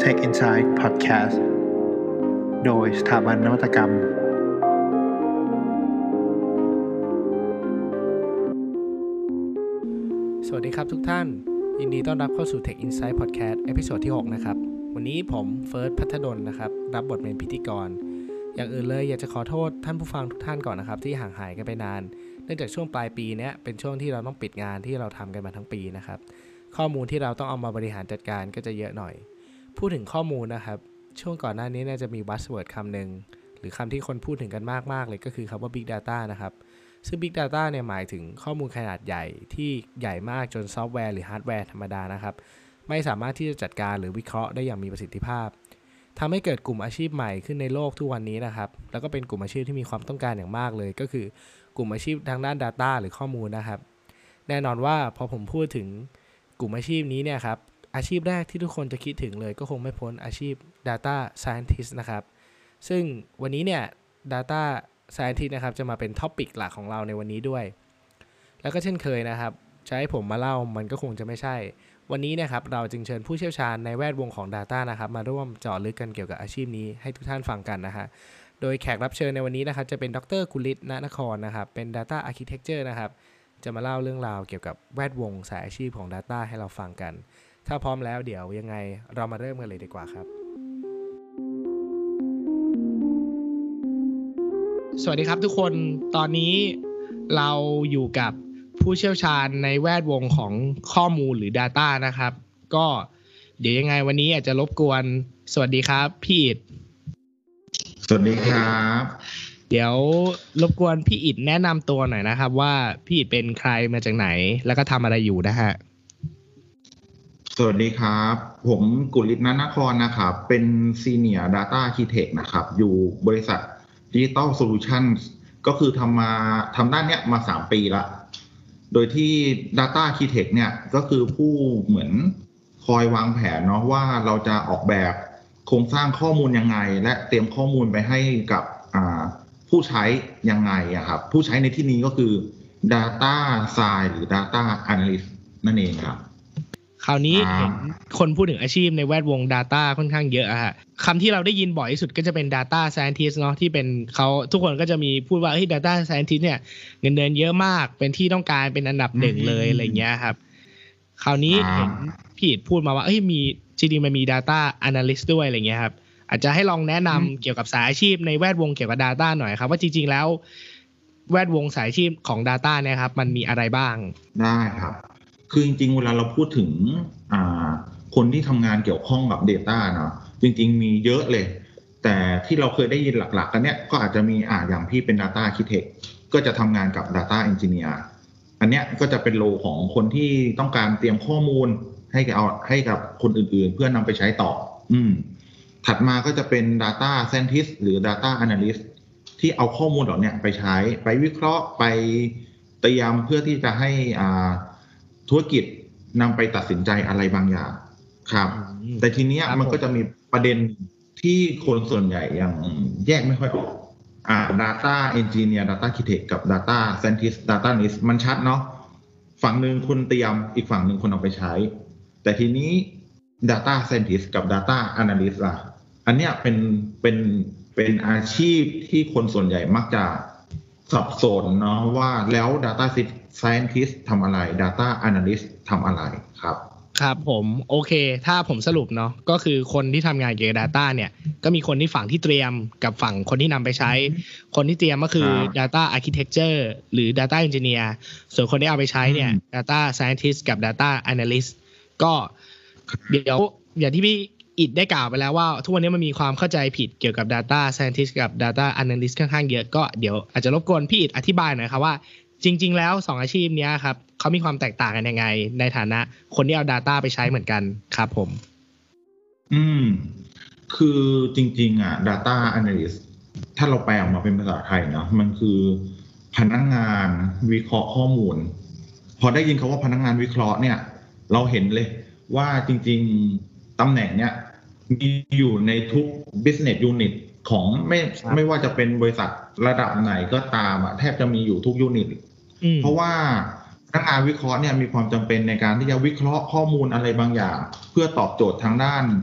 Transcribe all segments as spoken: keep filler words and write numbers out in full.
Tech Insight Podcast โดยสถาบันนวัตกรรมสวัสดีครับทุกท่านยินดีต้อนรับเข้าสู่ Tech Insight Podcast เอพิโซดที่หกนะครับวันนี้ผมเฟิร์สภัทรดลนะครับรับบทเป็นพิธีกรอย่างอื่นเลยอยากจะขอโทษท่านผู้ฟังทุกท่านก่อนนะครับที่ห่างหายกันไปนานเนื่องจากช่วงปลายปีนี้เป็นช่วงที่เราต้องปิดงานที่เราทำกันมาทั้งปีนะครับข้อมูลที่เราต้องเอามาบริหารจัดการก็จะเยอะหน่อยพูดถึงข้อมูลนะครับช่วงก่อนหน้านี้น่าจะมี buzzword คำหนึ่งหรือคำที่คนพูดถึงกันมากๆเลยก็คือคำว่า Big Data นะครับซึ่ง Big Data เนี่ยหมายถึงข้อมูลขนาดใหญ่ที่ใหญ่มากจนซอฟต์แวร์หรือฮาร์ดแวร์ธรรมดานะครับไม่สามารถที่จะจัดการหรือวิเคราะห์ได้อย่างมีประสิทธิภาพทำให้เกิดกลุ่มอาชีพใหม่ขึ้นในโลกทุกวันนี้นะครับแล้วก็เป็นกลุ่มอาชีพที่มีความต้องการอย่างมากเลยก็คือกลุ่มอาชีพทางด้าน Data หรือข้อมูลนะครับแน่นอนว่าพอผมพูดถึงกลุ่มอาชีพนี้เนี่ยครับอาชีพแรกที่ทุกคนจะคิดถึงเลยก็คงไม่พ้นอาชีพ Data Scientist นะครับซึ่งวันนี้เนี่ย Data Scientist นะครับจะมาเป็นท็อปิกหลักของเราในวันนี้ด้วยแล้วก็เช่นเคยนะครับจะให้ผมมาเล่ามันก็คงจะไม่ใช่วันนี้นะครับเราจึงเชิญผู้เชี่ยวชาญในแวดวงของ Data นะครับมาร่วมเจาะลึกกันเกี่ยวกับอาชีพนี้ให้ทุกท่านฟังกันนะฮะโดยแขกรับเชิญในวันนี้นะครับจะเป็นดร.กุลิศ ณนครนะครับเป็น Data Architecture นะครับจะมาเล่าเรื่องราวเกี่ยวกับแวดวงสายอาชีพของ Data ให้เราฟังกันถ้าพร้อมแล้วเดี๋ยวยังไงเรามาเริ่มกันเลยดีกว่าครับสวัสดีครับทุกคนตอนนี้เราอยู่กับผู้เชี่ยวชาญในแวดวงของข้อมูลหรือ Data นะครับก็เดี๋ยวยังไงวันนี้อาจจะรบกวนสวัสดีครับพี่อิฐสวัสดีครับเดี๋ยวรบกวนพี่อิฐแนะนำตัวหน่อยนะครับว่าพี่อิฐเป็นใครมาจากไหนแล้วก็ทำอะไรอยู่นะฮะสวัสดีครับผมกุลิศ ณนครนะครับเป็น Senior Data Architect นะครับอยู่บริษัท Digital Solutions ก็คือทำมาทำด้านเนี้ยมาสามปีละโดยที่ Data Architect เนี่ยก็คือผู้เหมือนคอยวางแผนเนาะว่าเราจะออกแบบโครงสร้างข้อมูลยังไงและเตรียมข้อมูลไปให้กับผู้ใช้ยังไงอะครับผู้ใช้ในที่นี้ก็คือ Data Science หรือ Data Analyst นั่นเองครับคราวนี้เห็นคนพูดถึงอาชีพในแวดวง Data ค่อนข้างเยอะอะฮะคำที่เราได้ยินบ่อยที่สุดก็จะเป็น Data Scientist เนาะที่เป็นเขาทุกคนก็จะมีพูดว่าเฮ้ย Data Scientist เนี่ยเงินเดือนเยอะมากเป็นที่ต้องการเป็นอันดับหนึ่งเลยอะไรเงี้ยครับคราวนี้เห็นพี่อิฐพูดมาว่าเฮ้ยมีจริงๆมันมี Data Analyst ด้วยอะไรเงี้ยครับอาจจะให้ลองแนะนำเกี่ยวกับสายอาชีพในแวดวงเกี่ยวกับ Data หน่อยครับว่าจริงๆแล้วแวดวงสายอาชีพของ Data เนี่ยครับมันมีอะไรบ้างได้ครับคือจริงๆเวลาเราพูดถึงคนที่ทำงานเกี่ยวข้องกับ Data เนาะจริงๆมีเยอะเลยแต่ที่เราเคยได้ยินหลักๆกันเนี้ยก็อาจจะมีอ่าอย่างพี่เป็น Data Architect ก็จะทำงานกับ Data Engineer อันเนี้ยก็จะเป็นโลของคนที่ต้องการเตรียมข้อมูลให้กับให้กับคนอื่นๆเพื่อนำไปใช้ต่ออืมถัดมาก็จะเป็น Data Scientist หรือ Data Analyst ที่เอาข้อมูลเหล่านี้ไปใช้ไปวิเคราะห์ไปเตรียมเพื่อที่จะให้อ่าธุรกิจนำไปตัดสินใจอะไรบางอย่างครับแต่ทีนี้มันก็จะมีประเด็นที่คนส่วนใหญ่ยังแยกไม่ค่อยออกอ่า Data Engineer Data Architect กับ Data Scientist Data Analyst มันชัดเนาะฝั่งหนึ่งคนเตรียมอีกฝั่งหนึ่งคนเอาไปใช้แต่ทีนี้ Data Scientist กับ Data Analyst ล่ะอันเนี้ยเป็นเป็นเป็นอาชีพที่คนส่วนใหญ่มักจะสับสนเนาะว่าแล้ว Data Scientist ทำอะไร Data Analyst ทำอะไรครับครับผมโอเคถ้าผมสรุปเนาะก็คือคนที่ทำงานเกี่ยวกับ Data เนี่ยก็มีคนที่ฝั่งที่เตรียมกับฝั่งคนที่นำไปใช้คนที่เตรียมก็คือ Data Architecture หรือ Data Engineer ส่วนคนที่เอาไปใช้เนี่ย Data Scientist กับ Data Analyst ก็เดี๋ยวอย่างที่พี่อิฐได้กล่าวไปแล้วว่าทุกวันนี้มันมีความเข้าใจผิดเกี่ยวกับ Data Scientist กับ Data Analyst ค่อนข้างเยอะก็เดี๋ยวอาจจะรบกวนพี่อิฐอธิบายหน่อยครับว่าจริงๆแล้วสองอาชีพนี้ครับเขามีความแตกต่างกันยังไงในฐานะคนที่เอา Data ไปใช้เหมือนกันครับผมอืมคือจริงๆอ่ะ Data Analyst ถ้าเราแปลออกมาเป็นภาษาไทยเนาะมันคือพนักงานวิเคราะห์ข้อมูลพอได้ยินคำว่าพนักงานวิเคราะห์เนี่ยเราเห็นเลยว่าจริงๆตำแหน่งเนี้ยมีอยู่ในทุก business unit ของไม่ไม่ว่าจะเป็นบริษัทระดับไหนก็ตามอ่ะแทบจะมีอยู่ทุกยูนิตเพราะว่าพนักงานวิเคราะห์เนี่ยมีความจำเป็นในการที่จะวิเคราะห์ข้อมูลอะไรบางอย่างเพื่อตอบโจทย์ทางด้าน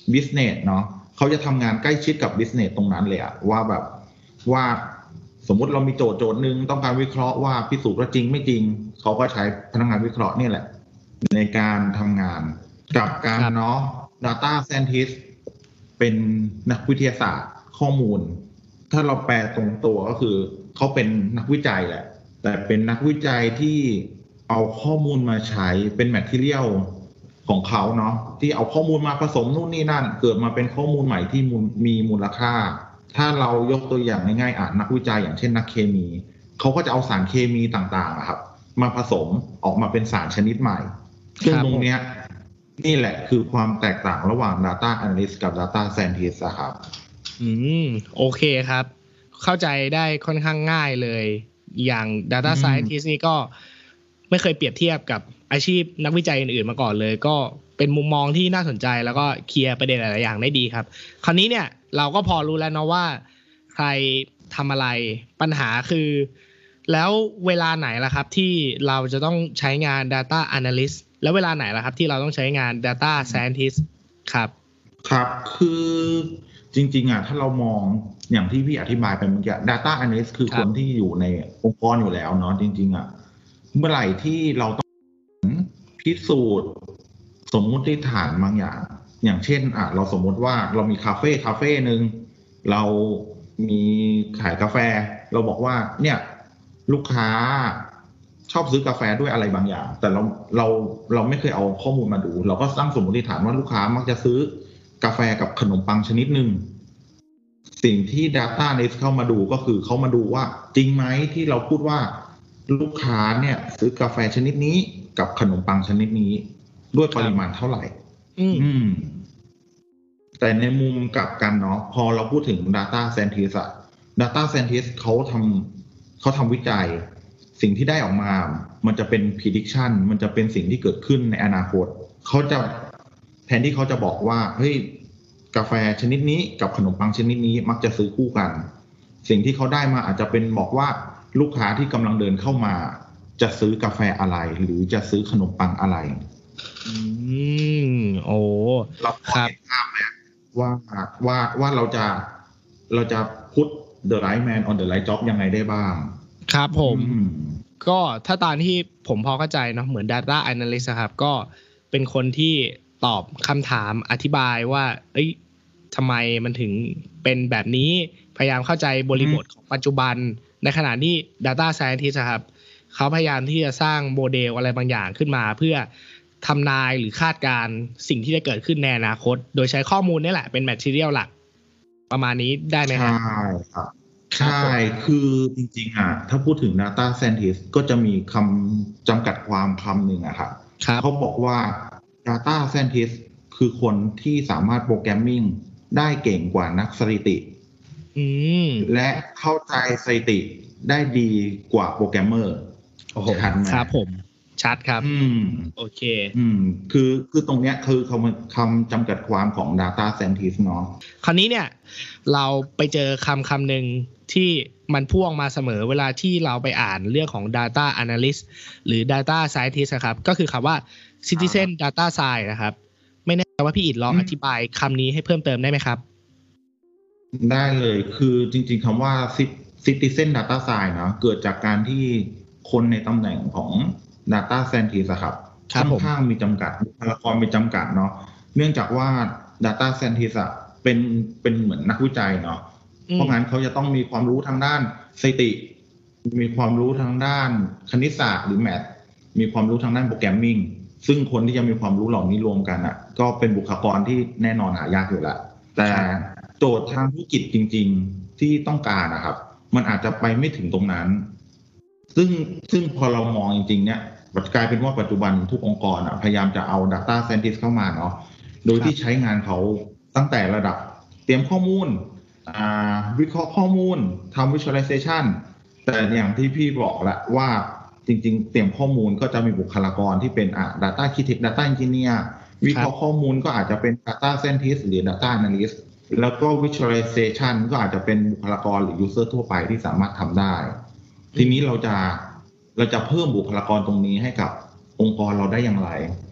business เนาะเขาจะทำงานใกล้ชิดกับ business ตรงนั้นเลยอะว่าแบบว่าสมมุติเรามีโจทย์โจทย์นึงต้องการวิเคราะห์ว่าพิสูจน์ว่าจริงไม่จริงเขาก็ใช้พนักงานวิเคราะห์นี่แหละในการทำงานกับการเนาะ data scientist เป็นนักวิทยาศาสตร์ข้อมูลถ้าเราแปลตรงตัวก็คือเขาเป็นนักวิจัยแหละแต่เป็นนักวิจัยที่เอาข้อมูลมาใช้เป็น material ของเขาเนาะที่เอาข้อมูลมาผสมนู่นนี่นั่นเกิดมาเป็นข้อมูลใหม่ที่มีมูลค่าถ้าเรายกตัวอย่างง่ายๆอ่ะนักวิจัยอย่างเช่นนักเคมีเขาก็จะเอาสารเคมีต่างๆครับมาผสมออกมาเป็นสารชนิดใหม่ซึ่งตรงเนี้ยนี่แหละคือความแตกต่างระหว่าง data analyst กับ data scientist ครับอืมโอเคครับเข้าใจได้ค่อนข้างง่ายเลยอย่าง data scientist นี่ก็ไม่เคยเปรียบเทียบกับอาชีพนักวิจัยอื่นๆมาก่อนเลยก็เป็นมุมมองที่น่าสนใจแล้วก็เคลียร์ประเด็นหลายๆอย่างได้ดีครับคราวนี้เนี่ยเราก็พอรู้แล้วเนาะว่าใครทำอะไรปัญหาคือแล้วเวลาไหนล่ะครับที่เราจะต้องใช้งาน data analyst แล้วเวลาไหนล่ะครับที่เราต้องใช้งาน data scientist ครับครับคือจริงๆอ่ะถ้าเรามองอย่างที่พี่อธิบายไปเมื่อกี้ data analyst คือคนที่อยู่ในองค์กรอยู่แล้วเนาะจริงๆอ่ะเมื่อไหร่ที่เราต้องพิสูจน์สมมุติฐานบางอย่างอย่างเช่นอ่ะเราสมมติว่าเรามีคาเฟ่คาเฟ่นึงเรามีขายกาแฟเราบอกว่าเนี่ยลูกค้าชอบซื้อกาแฟด้วยอะไรบางอย่างแต่เราเราเราไม่เคยเอาข้อมูลมาดูเราก็สร้างสมมติฐานว่าลูกค้ามักจะซื้อกาแฟกับขนมปังชนิดหนึ่งสิ่งที่ data analyst เข้ามาดูก็คือเขามาดูว่าจริงไหมที่เราพูดว่าลูกค้าเนี่ยซื้อกาแฟชนิดนี้กับขนมปังชนิดนี้ด้วยปริมาณเท่าไหร่อืมแต่ในมุมกลับกันเนาะพอเราพูดถึง data scientist อะ data scientist เขาทำเขาทำวิจัยสิ่งที่ได้ออกมามันจะเป็น prediction มันจะเป็นสิ่งที่เกิดขึ้นในอนาคตเขาจะแทนที่เขาจะบอกว่าเฮ้ยกาแฟชนิดนี้กับขนมปังชนิดนี้มักจะซื้อคู่กันสิ่งที่เขาได้มาอาจจะเป็นบอกว่าลูกค้าที่กำลังเดินเข้ามาจะซื้อกาแฟอะไรหรือจะซื้อขนมปังอะไรอืมโอ้เราพอเห็นภาพไหมว่าว่าว่าเราจะเราจะ put the right man on the right job ยังไงได้บ้างครับผมก็ถ้าตามที่ผมพอเข้าใจเนาะเหมือน data analyst ครับก็เป็นคนที่ตอบคำถามอธิบายว่าเอ้ยทำไมมันถึงเป็นแบบนี้พยายามเข้าใจบริบทของปัจจุบันในขณะที่ data scientist ครับเขาพยายามที่จะสร้างโมเดลอะไรบางอย่างขึ้นมาเพื่อทำนายหรือคาดการณ์สิ่งที่จะเกิดขึ้นในอนาคตโดยใช้ข้อมูลนี่แหละเป็น material หลักประมาณนี้ได้ไหมครับใช่ครับใช่คือจริงๆอ่ะถ้าพูดถึง data scientist ก็จะมีคำจำกัดความคำหนึ่งอะครับเขาบอกว่า data scientist คือคนที่สามารถโปรแกรมมิ่งได้เก่งกว่านักสถิติและเข้าใจสถิติได้ดีกว่าโปรแกรมเมอร์ชัดไหมครับผมชัดครับอืมโอเคอืมคือคือตรงเนี้ยคือคำคำจำกัดความของ data scientist เนาะคราวนี้เนี่ยเราไปเจอคำคำหนึ่งที่มันพ่วงมาเสมอเวลาที่เราไปอ่านเรื่องของ data analyst หรือ data scientist นะครับก็คือคำว่า citizen data science นะครับไม่แน่ใจว่าพี่อิฐลองอธิบายคำนี้ให้เพิ่มเติมได้ไหมครับได้เลยคือจริงๆคำว่า citizen data science เนาะเกิดจากการที่คนในตำแหน่งของ data scientist ครับค่อนข้างมีจำกัดบุคลากรมีจำกัดเนาะเนื่องจากว่า data scientist อ่ะเป็นเป็นเหมือนนักวิจัยเนาะเพราะงั้นเขาจะต้องมีความรู้ทางด้านสถิติมีความรู้ทางด้านคณิตศาสตร์หรือแมทมีความรู้ทางด้านโปรแกรมมิ่งซึ่งคนที่จะมีความรู้เหล่านี้รวมกันอ่ะก็เป็นบุคลากรที่แน่นอนหายากอยู่แล้วแต่โจทย์ทางธุรกิจจริงๆที่ต้องการนะครับมันอาจจะไปไม่ถึงตรงนั้นซึ่งซึ่งพอเรามองจริงๆเนี่ยกลายเป็นว่าปัจจุบันทุกองค์กรอ่ะพยายามจะเอา data scientist เข้ามาเนาะโดยที่ใช้งานเขาตั้งแต่ระดับเตรียมข้อมูลวิเคราะห์ข้อมูลทำ visualization แต่อย่างที่พี่บอกแหละว่าจริงๆเตรียมข้อมูลก็จะมีบุคลากรที่เป็นอ่ะ data architect data engineer วิเคราะห์ข้อมูลก็อาจจะเป็น data scientist หรือ data analyst แล้วก็ visualization ก็อาจจะเป็นบุคลากรหรือ user ทั่วไปที่สามารถทำได้ทีนี้เราจะเราจะเพิ่มบุคลากรตรงนี้ให้กับองค์กรเราได้อย่างไร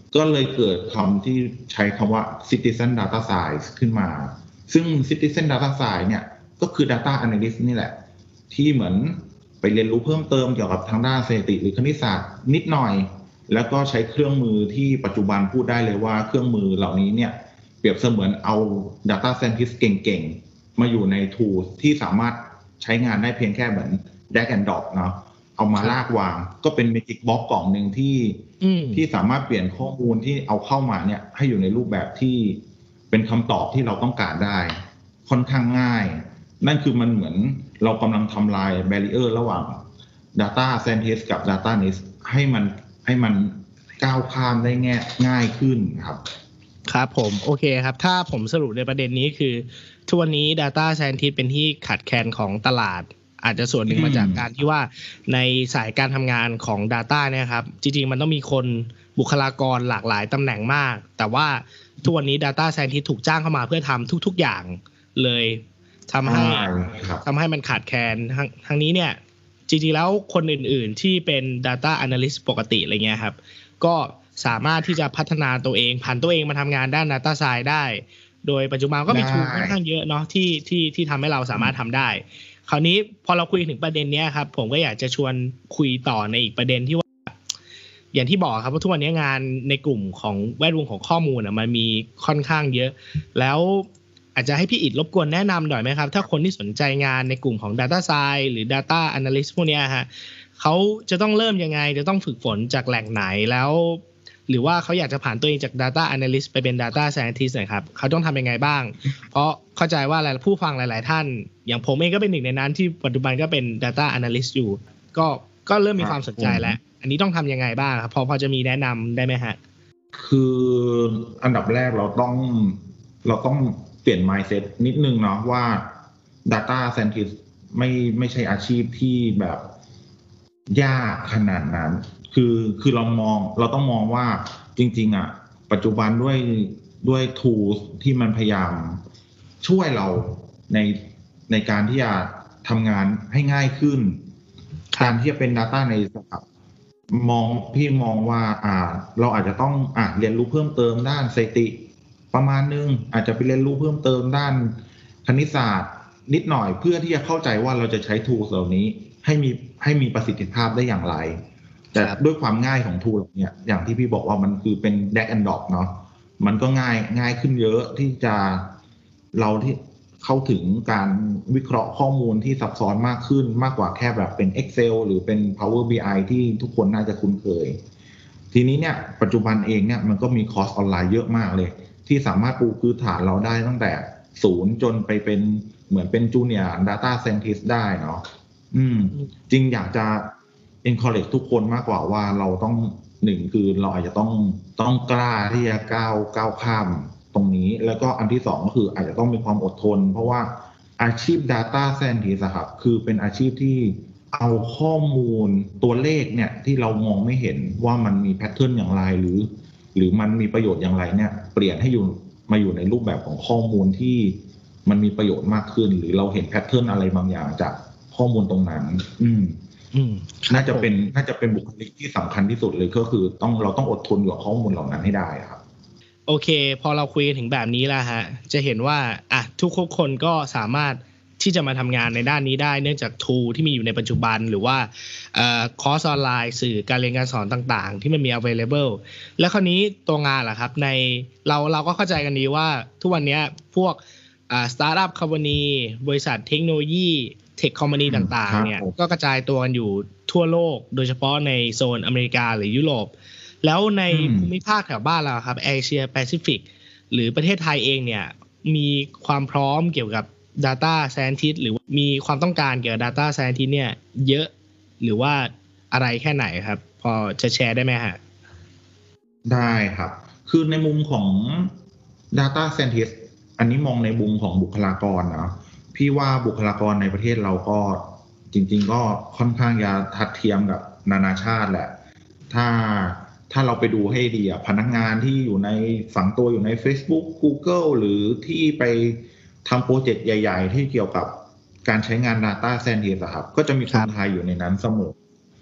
ก็เลยเกิดคำที่ใช้คำว่า citizen data science ขึ้นมาซึ่ง citizen data science เนี่ยก็คือ data analyst นี่แหละที่เหมือนไปเรียนรู้เพิ่มเติมเกี่ยวกับทางด้านสถิติหรือคณิตศาสตร์นิดหน่อยแล้วก็ใช้เครื่องมือที่ปัจจุบันพูดได้เลยว่าเครื่องมือเหล่านี้เนี่ยเปรียบเสมือนเอา data scientist เก่งๆมาอยู่ใน tool ที่สามารถใช้งานได้เพียงแค่เหมือน drag and drop เนาะเอามาลากวางก็เป็น magic box กล่องหนึ่งที่ที่สามารถเปลี่ยนข้อมูลที่เอาเข้ามาเนี่ยให้อยู่ในรูปแบบที่เป็นคำตอบที่เราต้องการได้ค่อนข้างง่ายนั่นคือมันเหมือนเรากำลังทำลาย barrier ระหว่าง data scientist กับ data analyst ให้มันให้มันก้าวข้ามได้ง่ายง่ายขึ้นครับครับผมโอเคครับถ้าผมสรุปในประเด็นนี้คือทุกวันนี้ data scientist เป็นที่ขาดแคลนของตลาดอาจจะส่วนหนึ่งมาจากการที่ว่าในสายการทำงานของ data เนี่ยครับจริงๆมันต้องมีคนบุคลากรหลากหลายตำแหน่งมากแต่ว่าทุกวันนี้ data scientist ถูกจ้างเข้ามาเพื่อทำทุกๆอย่างเลยทำให้ทำให้มันขาดแคลนทางนี้เนี่ยจริงๆแล้วคนอื่นๆที่เป็น data analyst ปกติอะไรเงี้ยครับก็สามารถที่จะพัฒนาตัวเองผ่านตัวเองมาทำงานด้าน data science ได้โดยปัจจุบันก็มี tool ค่อนข้างเยอะเนาะที่ที่ที่ทำให้เราสามารถทำได้คราวนี้พอเราคุยถึงประเด็นนี้ครับผมก็อยากจะชวนคุยต่อในอีกประเด็นที่ว่าอย่างที่บอกครับว่าทุกวันนี้งานในกลุ่มของแวดวงของข้อมูลอ่ะมันมีค่อนข้างเยอะแล้วอาจจะให้พี่อิฐรบกวนแนะนำหน่อยไหมครับถ้าคนที่สนใจงานในกลุ่มของ data science หรือ data analyst พวกนี้ฮะเขาจะต้องเริ่มยังไงจะต้องฝึกฝนจากแหล่งไหนแล้วหรือว่าเขาอยากจะผ่านตัวเองจาก data analyst ไปเป็น data scientist นะครับเขาต้องทำยังไงบ้างเพราะเข้าใจว่าผู้ฟังหลายๆท่านอย่างผมเองก็เป็นหนึ่งในนั้นที่ปัจจุบันก็เป็น data analyst อยู่ก็ก็เริ่มมีความสนใจแล้วอันนี้ต้องทำยังไงบ้างครับพอพอจะมีแนะนำได้ไหมฮะคืออันดับแรกเราต้องเราต้องเปลี่ยน mindset นิดนึงเนาะว่า data scientist ไม่ไม่ใช่อาชีพที่แบบยากขนาดนั้นคือคือเรามองเราต้องมองว่าจริงๆอ่ะปัจจุบันด้วยด้วย tools ที่มันพยายามช่วยเราในในการที่จะทำงานให้ง่ายขึ้นการที่จะเป็น data ในสถาบันมองพี่มองว่าอ่าเราอาจจะต้องอ่าเรียนรู้เพิ่มเติมด้านสถิติประมาณนึงอาจจะไปเรียนรู้เพิ่มเติมด้านคณิตศาสตร์นิดหน่อยเพื่อที่จะเข้าใจว่าเราจะใช้ tools เหล่านี้ให้มีให้มีประสิทธิภาพได้อย่างไรแต่ด้วยความง่ายของ tool เนี่ยอย่างที่พี่บอกว่ามันคือเป็น drag and drop เนาะมันก็ง่ายง่ายขึ้นเยอะที่จะเราที่เข้าถึงการวิเคราะห์ข้อมูลที่ซับซ้อนมากขึ้นมากกว่าแค่แบบเป็น Excel หรือเป็น Power บี ไอ ที่ทุกคนน่าจะคุ้นเคยทีนี้เนี่ยปัจจุบันเองเนี่ยมันก็มีคอร์สออนไลน์เยอะมากเลยที่สามารถปูพื้นฐานเราได้ตั้งแต่ศูนย์จนไปเป็นเหมือนเป็นจูเนียร์ Data Scientist ได้เนาะอืมจริงอยากจะ encourage ทุกคนมากกว่าว่าเราต้องหนึ่งคือเราอาจจะต้องต้องกล้าที่จะก้าวก้าวข้ามตรงนี้แล้วก็อันที่สองก็คืออาจจะต้องมีความอดทนเพราะว่าอาชีพ Data Scientist ครับคือเป็นอาชีพที่เอาข้อมูลตัวเลขเนี่ยที่เรามองไม่เห็นว่ามันมีแพทเทิร์นอย่างไรหรือหรือมันมีประโยชน์อย่างไรเนี่ยเปลี่ยนให้อยู่มาอยู่ในรูปแบบของข้อมูลที่มันมีประโยชน์มากขึ้นหรือเราเห็นแพทเทิร์นอะไรบางอย่างจากข้อมูลตรงนั้นอืมน่าจะเป็นน่าจะเป็นบุคลิกที่สำคัญที่สุดเลยก็คือต้องเราต้องอดทนอยู่กับข้อมูลเหล่านั้นให้ได้ครับโอเคพอเราคุยกันถึงแบบนี้แล้วฮะจะเห็นว่าอ่ะทุกคนก็สามารถที่จะมาทำงานในด้านนี้ได้เนื่องจาก tool ที่มีอยู่ในปัจจุบันหรือว่าเอ่อคอร์สออนไลน์สื่อการเรียนการสอนต่างๆที่มันมี available แล้วคราวนี้ตัวงานล่ะครับในเราเราก็เข้าใจกันดีว่าทุกวันนี้พวกอ่าสตาร์ทอัพคอมพานีบริษัทเทคโนโลยีเทคคอมพานีต่างๆเนี่ยก็กระจายตัวกันอยู่ทั่วโลกโดยเฉพาะในโซนอเมริกาหรือยุโรปแล้วในภูมิภาคแถวบ้านเราครับเอเชียแปซิฟิกหรือประเทศไทยเองเนี่ยมีความพร้อมเกี่ยวกับ data scientist หรือมีความต้องการเกี่ยวกับ data scientist เนี่ยเยอะหรือว่าอะไรแค่ไหนครับพอจะแชร์ได้ไหมฮะได้ครับคือในมุมของ data scientist อันนี้มองในมุมของบุคลากรนะพี่ว่าบุคลากรในประเทศเราก็จริงๆก็ค่อนข้างจะทัดเทียมกับนานาชาติแหละถ้าถ้าเราไปดูให้ดีอ่ะพนักงานที่อยู่ในฝังตัวอยู่ใน Facebook Google หรือที่ไปทำโปรเจกต์ใหญ่ๆที่เกี่ยวกับการใช้งาน Data Scientist ครับก็จะมีคนไทยอยู่ในนั้นเสมอ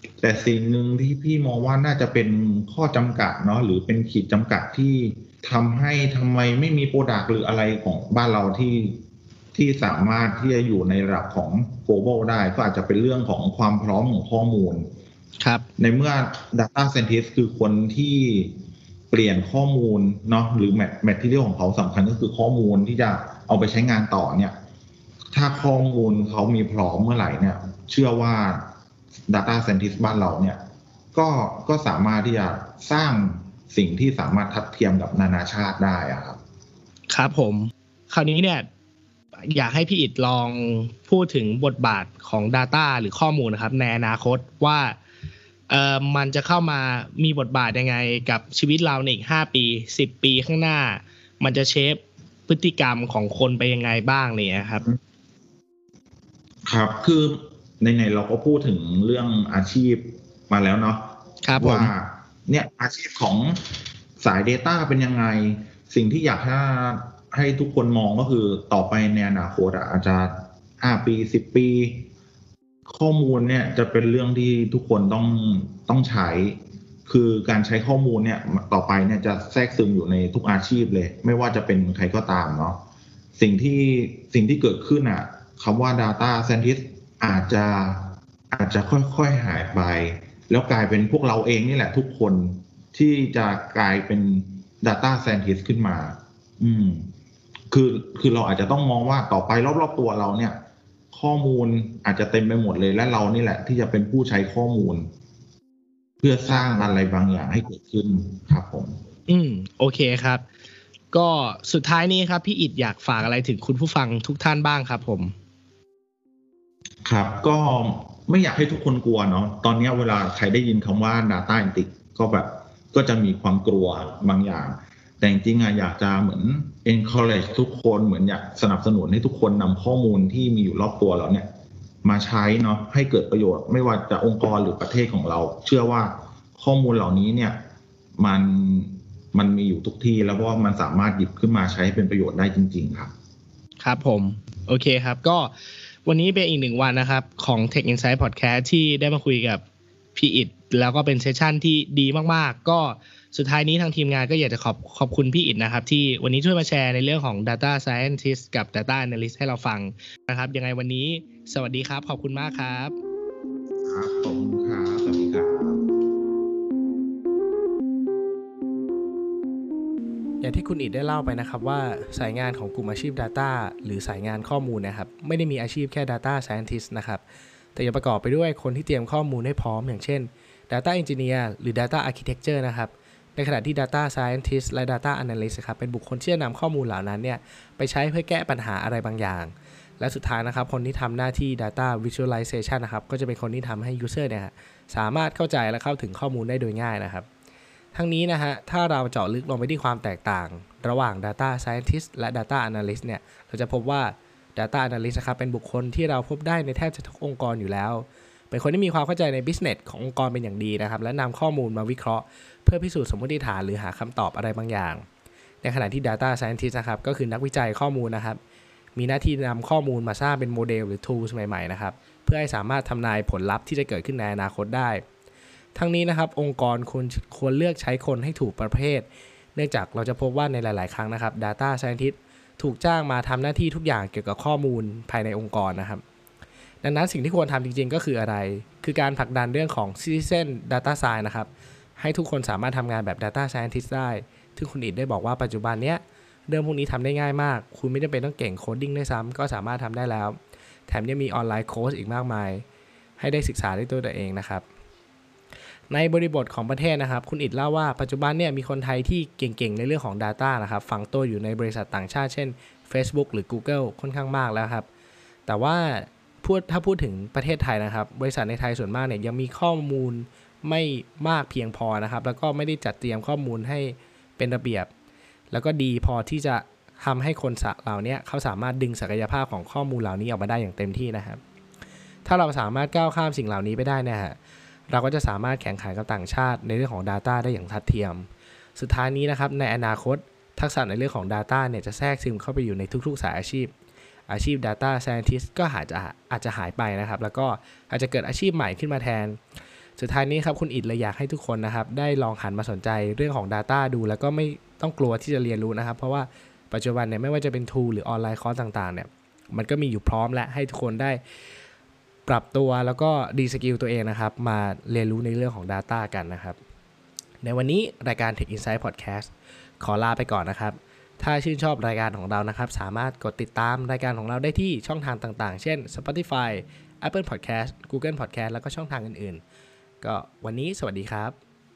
แต่สิ่งหนึ่งที่พี่มองว่าน่าจะเป็นข้อจำกัดเนาะหรือเป็นขีดจำกัดที่ทำให้ทำไมไม่มีโปรดักต์หรืออะไรของบ้านเราที่ที่สามารถที่จะอยู่ในระดับของ global ได้ก็อาจจะเป็นเรื่องของความพร้อมของข้อมูลครับในเมื่อ data scientist คือคนที่เปลี่ยนข้อมูลเนาะหรือ material ของเขาสำคัญก็คือข้อมูลที่จะเอาไปใช้งานต่อเนี่ยถ้าข้อมูลเขามีพร้อมเมื่อไหร่เนี่ยเชื่อว่า data scientist บ้านเราเนี่ยก็ก็สามารถที่จะสร้างสิ่งที่สามารถทัดเทียมกับนานาชาติได้อะครับครับผมคราวนี้เนี่ยอยากให้พี่อิฐลองพูดถึงบทบาทของ data หรือข้อมูลนะครับในอนาคตว่าเอ่อมันจะเข้ามามีบทบาทยังไงกับชีวิตเราในอีกห้าปีสิบปีข้างหน้ามันจะเชฟพฤติกรรมของคนไปยังไงบ้างเนี่ยครับครับคือในๆเราก็พูดถึงเรื่องอาชีพมาแล้วเนาะว่าเนี่ยอาชีพของสาย data เป็นยังไงสิ่งที่อยากให้ให้ทุกคนมองก็คือต่อไปในอนาคตอาจจะห้าปีสิบปีข้อมูลเนี่ยจะเป็นเรื่องที่ทุกคนต้องต้องใช้คือการใช้ข้อมูลเนี่ยต่อไปเนี่ยจะแทรกซึมอยู่ในทุกอาชีพเลยไม่ว่าจะเป็นใครก็ตามเนาะสิ่งที่สิ่งที่เกิดขึ้นอ่ะคำว่า data scientist อาจจะอาจจะค่อยๆหายไปแล้วกลายเป็นพวกเราเองนี่แหละทุกคนที่จะกลายเป็น data scientist ขึ้นมาอืมคือคือเราอาจจะต้องมองว่าต่อไปรอบๆตัวเราเนี่ยข้อมูลอาจจะเต็มไปหมดเลยและเรานี่แหละที่จะเป็นผู้ใช้ข้อมูลเพื่อสร้างอะไรบางอย่างให้เกิดขึ้นครับผมอืมโอเคครับก็สุดท้ายนี้ครับพี่อิฐอยากฝากอะไรถึงคุณผู้ฟังทุกท่านบ้างครับผมครับก็ไม่อยากให้ทุกคนกลัวเนาะตอนนี้เวลาใครได้ยินคำว่า data analytics ก็แบบก็จะมีความกลัวบางอย่างแต่จริงๆอ่ะอยากจะเหมือน encourage ทุกคนเหมือนอยากสนับสนุนให้ทุกคนนำข้อมูลที่มีอยู่รอบตัวเราเนี่ยมาใช้เนาะให้เกิดประโยชน์ไม่ว่าจะองค์กรหรือประเทศของเราเชื่อว่าข้อมูลเหล่านี้เนี่ยมันมันมีอยู่ทุกที่แล้วเพราะว่ามันสามารถหยิบขึ้นมาใช้เป็นประโยชน์ได้จริงๆครับครับผมโอเคครับก็วันนี้เป็นอีกหนึ่งวันนะครับของ Tech Insight Podcast ที่ได้มาคุยกับพี่อิฐแล้วก็เป็นเซสชั่นที่ดีมากๆก็สุดท้ายนี้ทางทีมงานก็อยากจะขอบขอบคุณพี่อิฐนะครับที่วันนี้ช่วยมาแชร์ในเรื่องของ Data Scientist กับ Data Analyst ให้เราฟังนะครับยังไงวันนี้สวัสดีครับขอบคุณมากครับครับขอบคุณครับสวัสดีครับอย่างที่คุณอิฐได้เล่าไปนะครับว่าสายงานของกลุ่มอาชีพ Data หรือสายงานข้อมูลนะครับไม่ได้มีอาชีพแค่ Data Scientist นะครับแต่ยังประกอบไปด้วยคนที่เตรียมข้อมูลให้พร้อมอย่างเช่น Data Engineer หรือ Data Architecture นะครับในขณะที่ Data Scientist และ Data Analyst ครับเป็นบุคคลที่จะนำข้อมูลเหล่านั้นเนี่ยไปใช้เพื่อแก้ปัญหาอะไรบางอย่างและสุดท้ายนะครับคนที่ทำหน้าที่ Data Visualization นะครับก็จะเป็นคนที่ทำให้ User เนี่ยสามารถเข้าใจและเข้าถึงข้อมูลได้โดยง่ายนะครับทั้งนี้นะฮะถ้าเราเจาะลึกลงไปที่ความแตกต่างระหว่าง Data Scientist และ Data Analyst เนี่ยเราจะพบว่า Data Analyst นะครับเป็นบุคคลที่เราพบได้ในแทบจะทุกองค์กรอยู่แล้วเป็นคนที่มีความเข้าใจใน business ขององค์กรเป็นอย่างดีนะครับและนำข้อมูลมาวิเคราะห์เพื่อพิสูจน์สมมติฐานหรือหาคำตอบอะไรบางอย่างในขณะที่ Data Scientist นะครับก็คือนักวิจัยข้อมูลนะครับมีหน้าที่นำข้อมูลมาสร้างเป็นโมเดลหรือ tools ใหม่ๆนะครับเพื่อให้สามารถทำนายผลลัพธ์ที่จะเกิดขึ้นในอนาคตได้ทั้งนี้นะครับองค์กรควรควรเลือกใช้คนให้ถูกประเภทเนื่องจากเราจะพบว่าในหลายๆครั้งนะครับ Data Scientist ถูกจ้างมาทำหน้าที่ทุกอย่างเกี่ยวกับข้อมูลภายในองค์กรนะครับดังนั้นสิ่งที่ควรทำจริงๆก็คืออะไรคือการผลักดันเรื่องของ Citizen Data Science นะครับให้ทุกคนสามารถทำงานแบบ Data Scientist ได้ซึ่งคุณอิฐได้บอกว่าปัจจุบันเนี้ยเรื่องพวกนี้ทำได้ง่ายมากคุณไม่จำเป็นต้องเก่งโคดดิ้งด้วยซ้ำก็สามารถทำได้แล้วแถมยังมีออนไลน์โค้ชอีกมากมายให้ได้ศึกษาด้วยตัวเองนะครับในบริบทของประเทศนะครับคุณอิฐเล่าว่าปัจจุบันเนี่ยมีคนไทยที่เก่งๆในเรื่องของ Data นะครับฝังตัวอยู่ในบริษัทต่างชาติเช่น Facebook หรือ Google ค่อนข้างมากแล้วครับแต่ว่าพูดถ้าพูดถึงประเทศไทยนะครับบริษัทในไทยส่วนมากเนี่ยยังมีข้อมูลไม่มากเพียงพอนะครับแล้วก็ไม่ได้จัดเตรียมข้อมูลให้เป็นระเบียบแล้วก็ดีพอที่จะทำให้คนเหล่านี้เขาสามารถดึงศักยภาพของข้อมูลเหล่านี้ออกมาได้อย่างเต็มที่นะครับถ้าเราสามารถก้าวข้ามสิ่งเหล่านี้ไปได้นะฮะเราก็จะสามารถแข่งขันกับต่างชาติในเรื่องของ Data ได้อย่างทัดเทียมสุดท้ายนี้นะครับในอนาคตทักษะในเรื่องของ Data เนี่ยจะแทรกซึมเข้าไปอยู่ในทุกๆสายอาชีพอาชีพ Data Scientist ก็อาจจะอาจจะหายไปนะครับแล้วก็อาจจะเกิดอาชีพใหม่ขึ้นมาแทนสุดท้ายนี้ครับคุณอิฐเลยอยากให้ทุกคนนะครับได้ลองหันมาสนใจเรื่องของ Data ดูแล้วก็ไม่ต้องกลัวที่จะเรียนรู้นะครับเพราะว่าปัจจุบันเนี่ยไม่ว่าจะเป็น tool หรือออนไลน์คอร์สต่างๆเนี่ยมันก็มีอยู่พร้อมและให้ทุกคนได้ปรับตัวแล้วก็ดีสกิลตัวเองนะครับมาเรียนรู้ในเรื่องของ Data กันนะครับในวันนี้รายการ Tech Insight Podcast ขอลาไปก่อนนะครับถ้าชื่นชอบรายการของเรานะครับสามารถกดติดตามรายการของเราได้ที่ช่องทางต่างๆเช่น Spotify Apple Podcast Google Podcast แล้วก็ช่องทางอื่นๆก็วันนี้สวัสดีครับ